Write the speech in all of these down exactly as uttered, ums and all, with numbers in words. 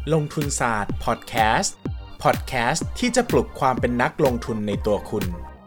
ลงทุนศาสตร์พอดแคสต์พอดแคสต์ที่จะปลุกความเป็นนักลงทุนในตัวคุณ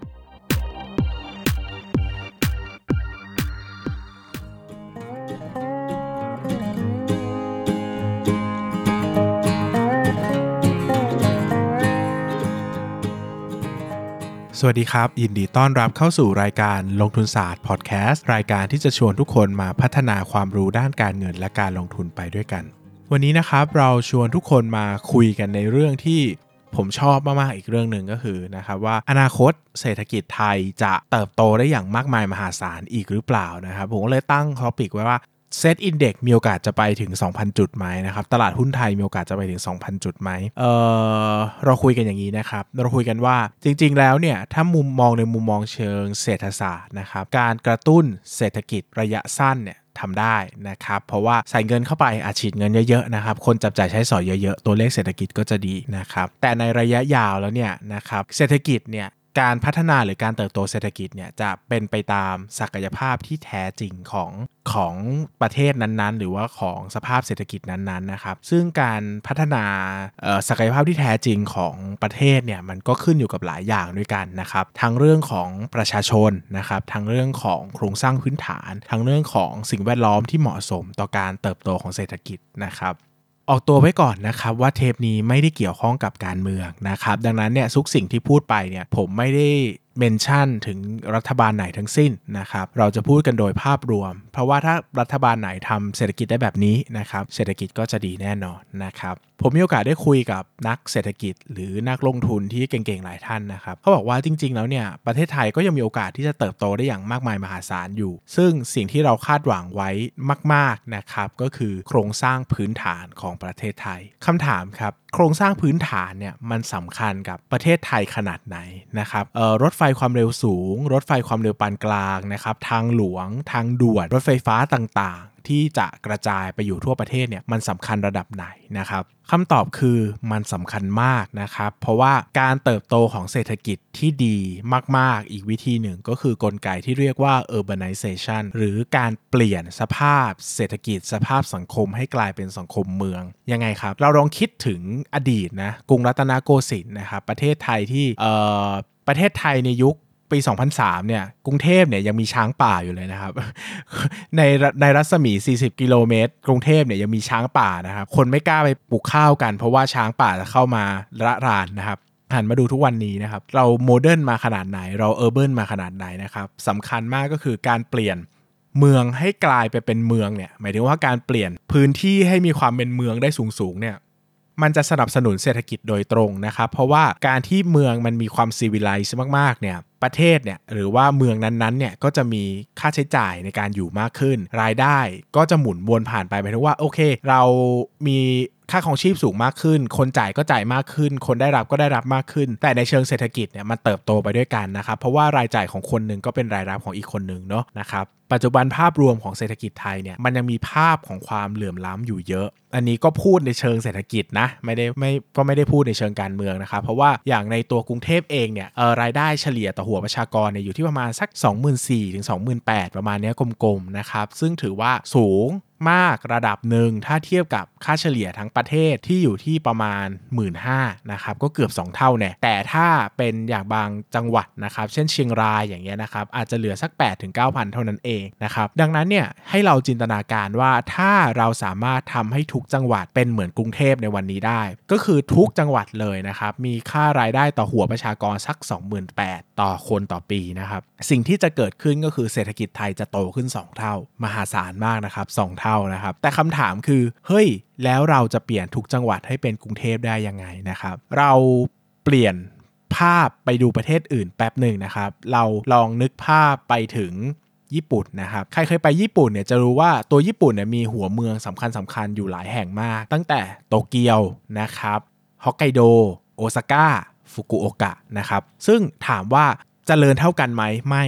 สวัสดีครับยินดีต้อนรับเข้าสู่รายการลงทุนศาสตร์พอดแคสต์รายการที่จะชวนทุกคนมาพัฒนาความรู้ด้านการเงินและการลงทุนไปด้วยกันวันนี้นะครับเราชวนทุกคนมาคุยกันในเรื่องที่ผมชอบมากๆอีกเรื่องหนึ่งก็คือนะครับว่าอนาคตเศรษฐกิจไทยจะเติบโตได้อย่างมากมายมหาศาลอีกหรือเปล่านะครับผมก็เลยตั้งท็อปิกไว้ว่าเซ็ตอินเด็กซ์มีโอกาสจะไปถึง สองพัน จุดไหมนะครับตลาดหุ้นไทยมีโอกาสจะไปถึง สองพัน จุดไหมเออเราคุยกันอย่างนี้นะครับเราคุยกันว่าจริงๆแล้วเนี่ยถ้ามุมมองในมุมมองเชิงเศรษฐศาสตร์นะครับการกระตุ้นเศรษฐกิจระยะสั้นเนี่ยทำได้นะครับเพราะว่าใส่เงินเข้าไปอาฉีดเงินเยอะๆนะครับคนจับจ่ายใช้สอยเยอะๆตัวเลขเศรษฐกิจก็จะดีนะครับแต่ในระยะยาวแล้วเนี่ยนะครับเศรษฐกิจเนี่ยการพัฒนาหรือการเติบโตเศรษฐกิจเนี่ยจะเป็นไปตามศักยภาพที่แท้จริงของของประเทศนั้นๆหรือว่าของสภาพเศรษฐกิจนั้นๆนะครับซึ่งการพัฒนาศักยภาพที่แท้จริงของประเทศเนี่ยมันก็ขึ้นอยู่กับหลายอย่างด้วยกันนะครับทั้งเรื่องของประชาชนนะครับทั้งเรื่องของโครงสร้างพื้นฐานทั้งเรื่องของสิ่งแวดล้อมที่เหมาะสมต่อการเติบโตของเศรษฐกิจนะครับออกตัวไว้ก่อนนะครับว่าเทปนี้ไม่ได้เกี่ยวข้องกับการเมืองนะครับดังนั้นเนี่ยทุกสิ่งที่พูดไปเนี่ยผมไม่ได้เมนชั่นถึงรัฐบาลไหนทั้งสิ้นนะครับเราจะพูดกันโดยภาพรวมเพราะว่าถ้ารัฐบาลไหนทำเศรษฐกิจได้แบบนี้นะครับเศรษฐกิจก็จะดีแน่นอนนะครับผมมีโอกาสได้คุยกับนักเศรษฐกิจหรือนักลงทุนที่เก่งๆหลายท่านนะครับเขาบอกว่าจริงๆแล้วเนี่ยประเทศไทยก็ยังมีโอกาสที่จะเติบโตได้อย่างมากมายมหาศาลอยู่ซึ่งสิ่งที่เราคาดหวังไว้มากๆนะครับก็คือโครงสร้างพื้นฐานของประเทศไทยคำถามครับโครงสร้างพื้นฐานเนี่ยมันสำคัญกับประเทศไทยขนาดไหนนะครับเอ่อรถไฟความเร็วสูงรถไฟความเร็วปานกลางนะครับทางหลวงทางด่วนรถไฟฟ้าต่างๆที่จะกระจายไปอยู่ทั่วประเทศเนี่ยมันสำคัญระดับไหนนะครับคำตอบคือมันสำคัญมากนะครับเพราะว่าการเติบโตของเศรษฐกิจที่ดีมากๆอีกวิธีหนึ่งก็คือกลไกที่เรียกว่า urbanization หรือการเปลี่ยนสภาพเศรษฐกิจสภาพสังคมให้กลายเป็นสังคมเมืองยังไงครับเราลองคิดถึงอดีตนะกรุงรัตนโกสินทร์นะครับประเทศไทยที่เอ่อประเทศไทยในยุคปีสองพันสามเนี่ยกรุงเทพเนี่ยยังมีช้างป่าอยู่เลยนะครับ ในในรัศมีสี่สิบกิโลเมตรกรุงเทพเนี่ยยังมีช้างป่านะครับคนไม่กล้าไปปลูกข้าวกันเพราะว่าช้างป่าจะเข้ามาระรานนะครับหันมาดูทุกวันนี้นะครับเราโมเดิร์นมาขนาดไหนเราเออร์เบิร์นมาขนาดไหนนะครับสำคัญมากก็คือการเปลี่ยนเมืองให้กลายไปเป็นเมืองเนี่ยหมายถึงว่าการเปลี่ยนพื้นที่ให้มีความเป็นเมืองได้สูงๆเนี่ยมันจะสนับสนุนเศรษฐกิจโดยตรงนะครับเพราะว่าการที่เมืองมันมีความซีวิไลซ์มากๆเนี่ยประเทศเนี่ยหรือว่าเมืองนั้นๆเนี่ยก็จะมีค่าใช้จ่ายในการอยู่มากขึ้นรายได้ก็จะหมุนวนผ่านไปหมายถึงว่าโอเคเรามีค่าครองชีพสูงมากขึ้นคนจ่ายก็จ่ายมากขึ้นคนได้รับก็ได้รับมากขึ้นแต่ในเชิงเศรษฐกิจเนี่ยมันเติบโตไปด้วยกันนะครับเพราะว่ารายจ่ายของคนนึงก็เป็นรายรับของอีกคนนึงเนาะนะครับปัจจุบันภาพรวมของเศรษฐกิจไทยเนี่ยมันยังมีภาพของความเหลื่อมล้ำอยู่เยอะอันนี้ก็พูดในเชิงเศรษฐกิจนะไม่ได้ไม่ก็ไม่ได้พูดในเชิงการเมืองนะครับเพราะว่าอย่างในตัวกรุงเทพเองเนี่ยเอ่อรายได้เฉลี่ยต่อหัวประชากรเนี่ยอยู่ที่ประมาณสัก สองหมื่นสี่พัน ถึง สองหมื่นแปดพัน ประมาณนี้กลมๆนะครับซึ่งถือว่าสูงมากระดับหนึ่งถ้าเทียบกับค่าเฉลี่ยทั้งประเทศที่อยู่ที่ประมาณ หนึ่งหมื่นห้าพัน นะครับก็เกือบสองเท่าแน่แต่ถ้าเป็นอย่างบางจังหวัดนะครับเช่นเชียงรายอย่างเงี้ยนะครับอาจจะเหลือสัก แปดถึงเก้าพัน เท่านั้นเองนะครับดังนั้นเนี่ยให้เราจินตนาการว่าถ้าเราสามารถทำให้ทุกจังหวัดเป็นเหมือนกรุงเทพในวันนี้ได้ก็คือทุกจังหวัดเลยนะครับมีค่ารายได้ต่อหัวประชากรสัก สองหมื่นแปดพัน ต่อคนต่อปีนะครับสิ่งที่จะเกิดขึ้นก็คือเศรษฐกิจไทยจะโตขึ้นสองเท่ามหาศาลมากนะครับสองเท่านะครับแต่คำถามคือเฮ้ยแล้วเราจะเปลี่ยนทุกจังหวัดให้เป็นกรุงเทพได้ยังไงนะครับเราเปลี่ยนภาพไปดูประเทศอื่นแป๊บหนึ่งนะครับเราลองนึกภาพไปถึงญี่ปุ่นนะครับใครเคยไปญี่ปุ่นเนี่ยจะรู้ว่าตัวญี่ปุ่นเนี่ยมีหัวเมืองสำคัญสำคัญอยู่หลายแห่งมากตั้งแต่โตเกียวนะครับฮอกไกโดโอซาก้าฟุกุโอกะนะครับซึ่งถามว่าเจริญเท่ากันไหมไม่ครับ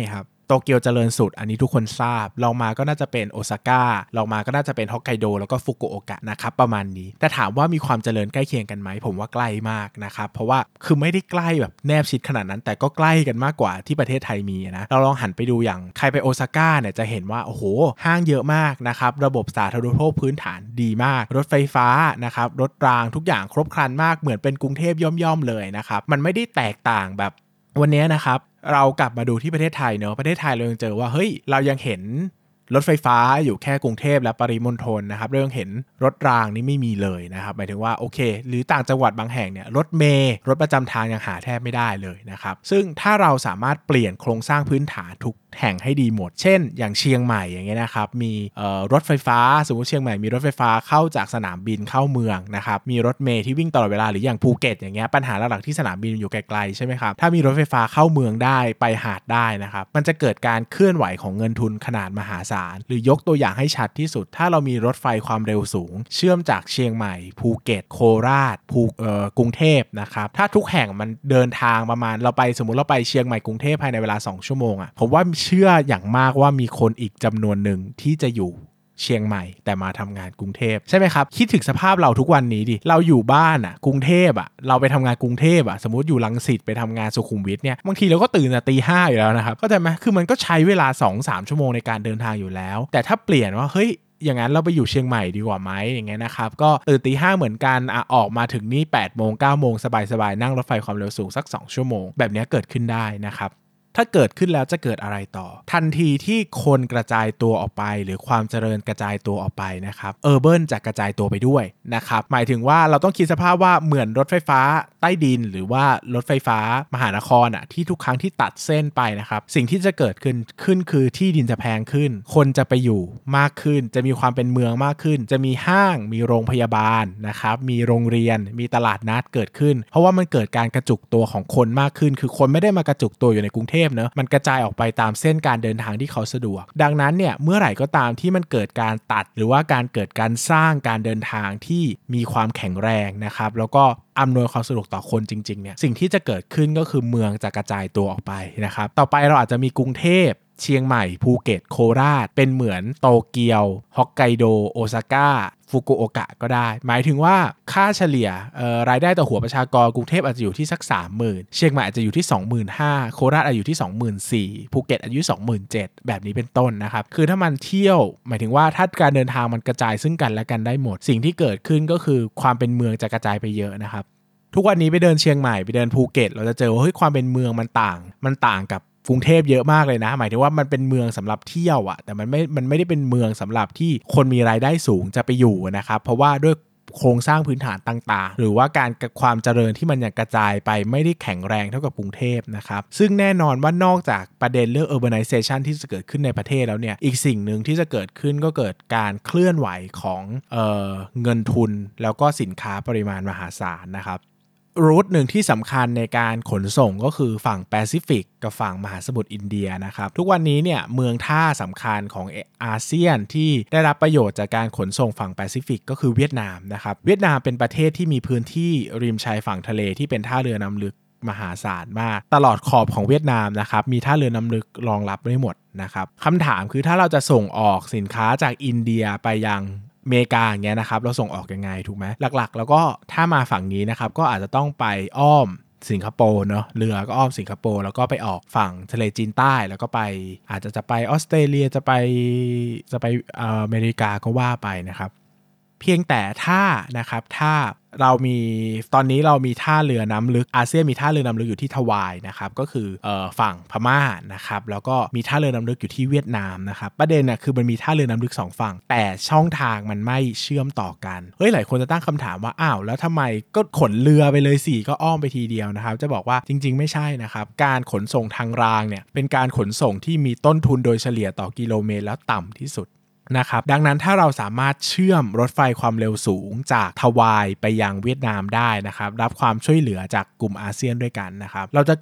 โตเกียวเจริญสุดอันนี้ทุกคนทราบลองมาก็น่าจะเป็นโอซาก้าลองมาก็น่าจะเป็นฮอกไกโดแล้วก็ฟุกุโอกะนะครับประมาณนี้แต่ถามว่ามีความเจริญใกล้เคียงกันไหมผมว่าใกล้มากนะครับเพราะว่าคือไม่ได้ใกล้แบบแนบชิดขนาดนั้นแต่ก็ใกล้กันมากกว่าที่ประเทศไทยมีนะเราลองหันไปดูอย่างใครไปโอซาก้าเนี่ยจะเห็นว่าโอ้โหห้างเยอะมากนะครับระบบสาธารณูปโภคพื้นฐานดีมากรถไฟฟ้านะครับรถรางทุกอย่างครบครันมากเหมือนเป็นกรุงเทพย่อมๆเลยนะครับมันไม่ได้แตกต่างแบบวันนี้นะครับเรากลับมาดูที่ประเทศไทยเนอะประเทศไทยเรายังเจอว่าเฮ้ยเรายังเห็นรถไฟฟ้าอยู่แค่กรุงเทพและปริมณฑลนะครับเรายังเห็นรถรางนี่ไม่มีเลยนะครับหมายถึงว่าโอเคหรือต่างจังหวัดบางแห่งเนี่ยรถเมล์รถประจำทางยังหาแทบไม่ได้เลยนะครับซึ่งถ้าเราสามารถเปลี่ยนโครงสร้างพื้นฐานทุกแห่งให้ดีหมดเช่นอย่างเชียงใหม่อย่างเงี้ยนะครับมีรถไฟฟ้าสมมุติเชียงใหม่มีรถไฟฟ้าเข้าจากสนามบินเข้าเมืองนะครับมีรถเมล์ที่วิ่งตลอดเวลาหรืออย่างภูเก็ตอย่างเงี้ยปัญหาหลักๆที่สนามบินอยู่ไกลๆใช่ไหมครับถ้ามีรถไฟฟ้าเข้าเมืองได้ไปหาดได้นะครับมันจะเกิดการเคลื่อนไหวของเงินทุนขนาดมหาศาลหรือยกตัวอย่างให้ชัดที่สุดถ้าเรามีรถไฟความเร็วสูงเชื่อมจากเชียงใหม่ภูเก็ตโคราชภูเอ่อกรุงเทพนะครับถ้าทุกแห่งมันเดินทางประมาณเราไปสมมุติเราไปเชียงใหม่กรุงเทพภายในเวลาสองชั่วโมงอ่ะผมว่าเชื่ออย่างมากว่ามีคนอีกจำนวนหนึ่งที่จะอยู่เชียงใหม่แต่มาทำงานกรุงเทพใช่ไหมครับคิดถึงสภาพเราทุกวันนี้ดิเราอยู่บ้านอ่ะกรุงเทพอ่ะเราไปทำงานกรุงเทพอ่ะสมมติอยู่รังสิตไปทำงานสุขุมวิทเนี่ยบางทีเราก็ตื่นแต่ตีห้าอยู่แล้วนะครับเข้าใจไหมคือมันก็ใช้เวลา สองถึงสาม ชั่วโมงในการเดินทางอยู่แล้วแต่ถ้าเปลี่ยนว่าเฮ้ยอย่างนั้นเราไปอยู่เชียงใหม่ดีกว่าไหมอย่างเงี้ยนะครับก็ตื่นตีห้าเหมือนกันอ่ะออกมาถึงนี่แปดโมงเก้าโมงสบายๆนั่งรถไฟความเร็วสูงสักสองชั่วโมงแบบนี้เกิดขึ้นได้นะครับถ้าเกิดขึ้นแล้วจะเกิดอะไรต่อทันทีที่คนกระจายตัวออกไปหรือความเจริญกระจายตัวออกไปนะครับเออร์เบิร์นจะกระจายตัวไปด้วยนะครับหมายถึงว่าเราต้องคิดสภาพว่าเหมือนรถไฟฟ้าใต้ดินหรือว่ารถไฟฟ้ามหานครอ่ะที่ทุกครั้งที่ตัดเส้นไปนะครับสิ่งที่จะเกิดขึ้นขึ้นคือที่ดินจะแพงขึ้นคนจะไปอยู่มากขึ้นจะมีความเป็นเมืองมากขึ้นจะมีห้างมีโรงพยาบาลนะครับมีโรงเรียนมีตลาดนัดเกิดขึ้นเพราะว่ามันเกิดการกระจุกตัวของคนมากขึ้นคือคนไม่ได้มากระจุกตัวอยู่ในกรุงเทพเนอะมันกระจายออกไปตามเส้นการเดินทางที่เขาสะดวกดังนั้นเนี่ยเมื่อไหร่ก็ตามที่มันเกิดการตัดหรือว่าการเกิดการสร้างการเดินทางที่มีความแข็งแรงนะครับแล้วก็อำนวยความสะดวกต่อคนจริงๆเนี่ยสิ่งที่จะเกิดขึ้นก็คือเมืองจะกระจายตัวออกไปนะครับต่อไปเราอาจจะมีกรุงเทพเชียงใหม่ภูเก็ตโคราชเป็นเหมือนโตเกียวฮอกไกโดโอซาก้าฟุกุโอกะก็ได้หมายถึงว่าค่าเฉลี่ยรายได้ต่อหัวประชากรกรุงเทพอาจจะอยู่ที่สัก สามหมื่น เชียงใหม่อาจจะอยู่ที่ สองหมื่นห้าพัน โคราชอาจจะอยู่ที่ สองหมื่นสี่พัน ภูเก็ตอาจจะอยู่ สองหมื่นเจ็ดพัน แบบนี้เป็นต้นนะครับคือถ้ามันเที่ยวหมายถึงว่าถ้าการเดินทางมันกระจายซึ่งกันและกันได้หมดสิ่งที่เกิดขึ้นก็คือความเป็นเมืองจะกระจายไปเยอะนะครับทุกวันนี้ไปเดินเชียงใหม่ไปเดินภูเก็ตเราจะเจอว่าเฮ้ยความเป็นเมืองมันต่างมันต่างกับกรุงเทพเยอะมากเลยนะหมายถึงว่ามันเป็นเมืองสำหรับเที่ยวอะแต่มันไม่มันไม่ได้เป็นเมืองสำหรับที่คนมีรายได้สูงจะไปอยู่นะครับเพราะว่าด้วยโครงสร้างพื้นฐานต่างๆหรือว่าการความเจริญที่มันยังกระจายไปไม่ได้แข็งแรงเท่ากับกรุงเทพนะครับซึ่งแน่นอนว่านอกจากประเด็นเรื่อง urbanization ที่จะเกิดขึ้นในประเทศแล้วเนี่ยอีกสิ่งหนึ่งที่จะเกิดขึ้นก็เกิดการเคลื่อนไหวของเอ่อเงินทุนแล้วก็สินค้าปริมาณมหาศาลนะครับรูทหนึ่งที่สำคัญในการขนส่งก็คือฝั่งแปซิฟิกกับฝั่งมหาสมุทรอินเดียนะครับทุกวันนี้เนี่ยเมืองท่าสำคัญของอาเซียนที่ได้รับประโยชน์จากการขนส่งฝั่งแปซิฟิกก็คือเวียดนามนะครับเวียดนามเป็นประเทศที่มีพื้นที่ริมชายฝั่งทะเลที่เป็นท่าเรือน้ำลึกมหาศาลมากตลอดขอบของเวียดนามนะครับมีท่าเรือน้ำลึกรองรับไว้หมดนะครับคำถามคือถ้าเราจะส่งออกสินค้าจากอินเดียไปยังอเมริกาอย่างเงี้ยนะครับเราส่งออกยังไงถูกไหมหลักๆแล้วก็ถ้ามาฝั่งนี้นะครับก็อาจจะต้องไปอ้อมสิงคโปร์เนาะเรือก็อ้อมสิงคโปร์แล้วก็ไปออกฝั่งทะเลจีนใต้แล้วก็ไปอาจจะจะไปออสเตรเลียจะไปจะไปอเมริกาก็ว่าไปนะครับเพียงแต่ถ้านะครับถ้าเรามีตอนนี้เรามีท่าเรือน้ำลึกอาเซียนมีท่าเรือน้ำลึกอยู่ที่ทวายนะครับก็คือเอ่อฝั่งพม่านะครับแล้วก็มีท่าเรือน้ำลึกอยู่ที่เวียดนามนะครับประเด็นน่ะคือมันมีท่าเรือน้ำลึกสองฝั่งแต่ช่องทางมันไม่เชื่อมต่อกันเฮ้ยหลายคนจะตั้งคำถามว่าอ้าวแล้วทำไมก็ขนเรือไปเลยสิก็อ้อมไปทีเดียวนะครับจะบอกว่าจริงๆไม่ใช่นะครับการขนส่งทางรางเนี่ยเป็นการขนส่งที่มีต้นทุนโดยเฉลี่ยต่อกิโลเมตรแล้วต่ำที่สุดนะครับดังนั้นถ้าเราสามารถเชื่อมรถไฟความเร็วสูงจากทวายไปยังเวียดนามได้นะครับรับความช่วยเหลือจากกลุ่มอาเซียนด้วยกันนะครับเราจะเกิด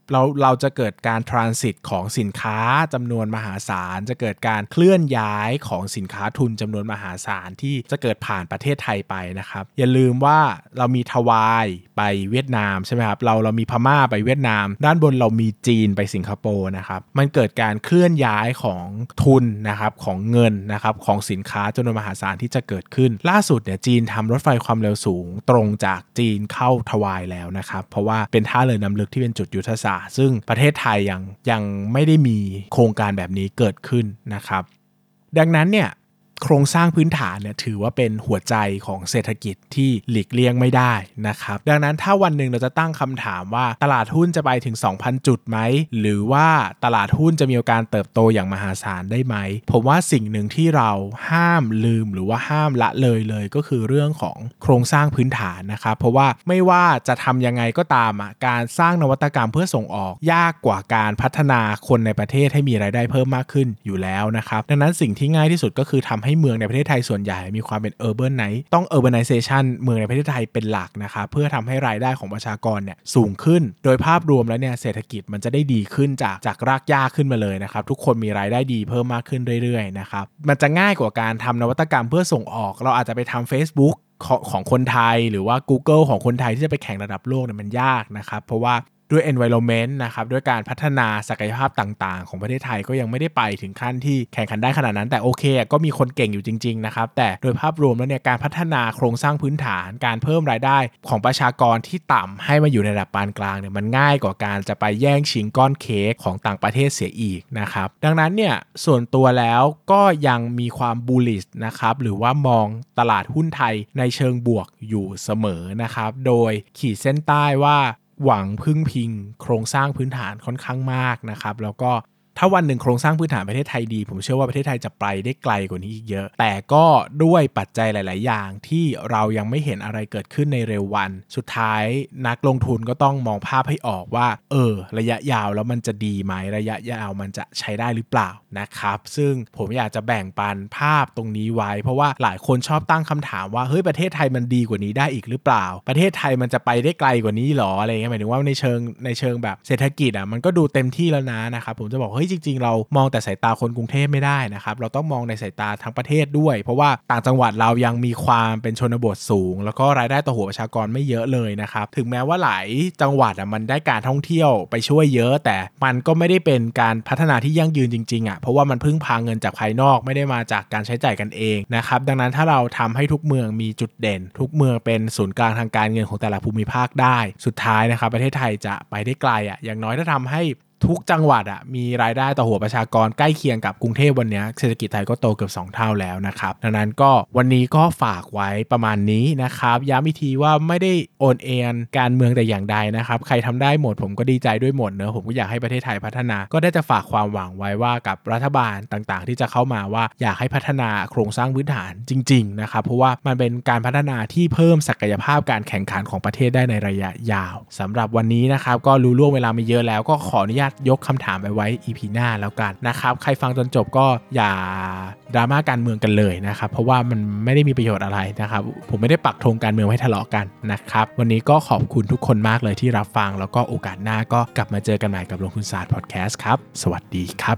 เราเราจะเกิดการทรานสิตของสินค้าจำนวนมหาศาลจะเกิดการเคลื่อนย้ายของสินค้าทุนจำนวนมหาศาลที่จะเกิดผ่านประเทศไทยไปนะครับอย่าลืมว่าเรามีทวายไปเวียดนามใช่ไหมครับเราเรามีพม่าไปเวียดนามด้านบนเรามีจีนไปสิงคโปร์นะครับมันเกิดการเคลื่อนย้ายของทุนนะครับของเงินนะครับของสินค้าจำนวนมหาศาลที่จะเกิดขึ้นล่าสุดเนี่ยจีนทำรถไฟความเร็วสูงตรงจากจีนเข้าทวายแล้วนะครับเพราะว่าเป็นท่าเรือน้ำลึกที่เป็นจุดยุทธศาสตร์ซึ่งประเทศไทยยังยังไม่ได้มีโครงการแบบนี้เกิดขึ้นนะครับดังนั้นเนี่ยโครงสร้างพื้นฐานเนี่ยถือว่าเป็นหัวใจของเศรษฐกิจที่หลีกเลี่ยงไม่ได้นะครับดังนั้นถ้าวันหนึ่งเราจะตั้งคำถามว่าตลาดหุ้นจะไปถึง สองพัน จุดไหมหรือว่าตลาดหุ้นจะมีโอกาสเติบโตอย่างมหาศาลได้ไหมผมว่าสิ่งหนึ่งที่เราห้ามลืมหรือว่าห้ามละเลยเลยก็คือเรื่องของโครงสร้างพื้นฐานนะครับเพราะว่าไม่ว่าจะทำยังไงก็ตามอ่ะการสร้างนวัตกรรมเพื่อส่งออกยากกว่าการพัฒนาคนในประเทศให้มีรายได้เพิ่มมากขึ้นอยู่แล้วนะครับดังนั้นสิ่งที่ง่ายที่สุดก็คือทำให้เมืองในประเทศไทยส่วนใหญ่มีความเป็น urban ไหนต้อง urbanization เมืองในประเทศไทยเป็นหลักนะครับเพื่อทำให้รายได้ของประชากรเนี่ยสูงขึ้นโดยภาพรวมแล้วเนี่ยเศรษฐกิจมันจะได้ดีขึ้นจากจากรากหญ้าขึ้นมาเลยนะครับทุกคนมีรายได้ดีเพิ่มมากขึ้นเรื่อยๆนะครับมันจะง่ายกว่าการทำนวัตกรรมเพื่อส่งออกเราอาจจะไปทำ Facebook ของของคนไทยหรือว่า Google ของคนไทยที่จะไปแข่งระดับโลกเนี่ยมันยากนะครับเพราะว่าด้วย environment นะครับด้วยการพัฒนาศักยภาพต่างๆของประเทศไทยก็ยังไม่ได้ไปถึงขั้นที่แข่งขันได้ขนาดนั้นแต่โอเคก็มีคนเก่งอยู่จริงๆนะครับแต่โดยภาพรวมแล้วเนี่ยการพัฒนาโครงสร้างพื้นฐานการเพิ่มรายได้ของประชากรที่ต่ำให้มาอยู่ในระดับปานกลางเนี่ยมันง่ายกว่าการจะไปแย่งชิงก้อนเค้กของต่างประเทศเสียอีกนะครับดังนั้นเนี่ยส่วนตัวแล้วก็ยังมีความ bullish นะครับหรือว่ามองตลาดหุ้นไทยในเชิงบวกอยู่เสมอนะครับโดยขีดเส้นใต้ว่าหวังพึ่งพิงโครงสร้างพื้นฐานค่อนข้างมากนะครับแล้วก็ถ้าวันหนึ่งโครงสร้างพื้นฐานประเทศไทยดีผมเชื่อว่าประเทศไทยจะไปได้ไกลกว่านี้อีกเยอะแต่ก็ด้วยปัจจัยหลายๆอย่างที่เรายังไม่เห็นอะไรเกิดขึ้นในเร็ววันสุดท้ายนักลงทุนก็ต้องมองภาพให้ออกว่าเออระยะยาวแล้วมันจะดีไหมระยะยาวมันจะใช้ได้หรือเปล่านะครับซึ่งผมอยากจะแบ่งปันภาพตรงนี้ไว้เพราะว่าหลายคนชอบตั้งคำถามว่าเฮ้ยประเทศไทยมันดีกว่านี้ได้อีกหรือเปล่าประเทศไทยมันจะไปได้ไกลกว่านี้หรออะไรเงี้ยหมายถึงว่าในเชิงในเชิงแบบเศรษฐกิจอ่ะมันก็ดูเต็มที่แล้วนะนะครับผมจะบอกเฮ้ยจริงๆเรามองแต่สายตาคนกรุงเทพไม่ได้นะครับเราต้องมองในสายตาทั้งประเทศด้วยเพราะว่าต่างจังหวัดเรายังมีความเป็นชนบทสูงแล้วก็รายได้ต่อหัวประชากรไม่เยอะเลยนะครับถึงแม้ว่าหลายจังหวัดอ่ะมันได้การท่องเที่ยวไปช่วยเยอะแต่มันก็ไม่ได้เป็นการพัฒนาที่ยั่งยืนจริงๆอ่ะเพราะว่ามันพึ่งพาเงินจากภายนอกไม่ได้มาจากการใช้จ่ายกันเองนะครับดังนั้นถ้าเราทำให้ทุกเมืองมีจุดเด่นทุกเมืองเป็นศูนย์กลางทางการเงินของแต่ละภูมิภาคได้สุดท้ายนะครับประเทศไทยจะไปได้ไกลอ่ะอย่างน้อยถ้าทำให้ทุกจังหวัดอ่ะมีรายได้ต่อหัวประชากรใกล้เคียงกับกรุงเทพวันนี้เศรษฐกิจไทยก็โตเกือบสองเท่าแล้วนะครับดังนั้นก็วันนี้ก็ฝากไว้ประมาณนี้นะครับย้ำอีกทีว่าไม่ได้โอนเอ็นการเมืองแต่อย่างใดนะครับใครทำได้หมดผมก็ดีใจด้วยหมดเนอะผมก็อยากให้ประเทศไทยพัฒนาก็ได้จะฝากความหวังไว้ว่ากับรัฐบาลต่างๆที่จะเข้ามาว่าอยากให้พัฒนาโครงสร้างพื้นฐานจริงๆนะครับเพราะว่ามันเป็นการพัฒนาที่เพิ่มศักยภาพการแข่งขันของประเทศได้ในระยะยาวสำหรับวันนี้นะครับก็รู้ล่วงเวลามาเยอะแล้วก็ขออนุญาตยกคำถามไปไว้ อี พี หน้าแล้วกันนะครับใครฟังจนจบก็อย่าดราม่าการเมืองกันเลยนะครับเพราะว่ามันไม่ได้มีประโยชน์อะไรนะครับผมไม่ได้ปักธงการเมืองให้ทะเลาะกันนะครับวันนี้ก็ขอบคุณทุกคนมากเลยที่รับฟังแล้วก็โอกาสหน้าก็กลับมาเจอกันใหม่กับลงทุนศาสตร์พอดแคสต์ครับสวัสดีครับ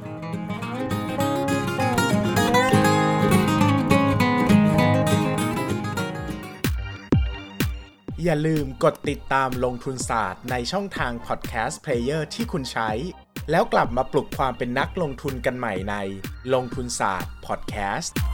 อย่าลืมกดติดตามลงทุนศาสตร์ในช่องทางพอดแคสต์เพลเยอร์ที่คุณใช้แล้วกลับมาปลุกความเป็นนักลงทุนกันใหม่ในลงทุนศาสตร์พอดแคสต์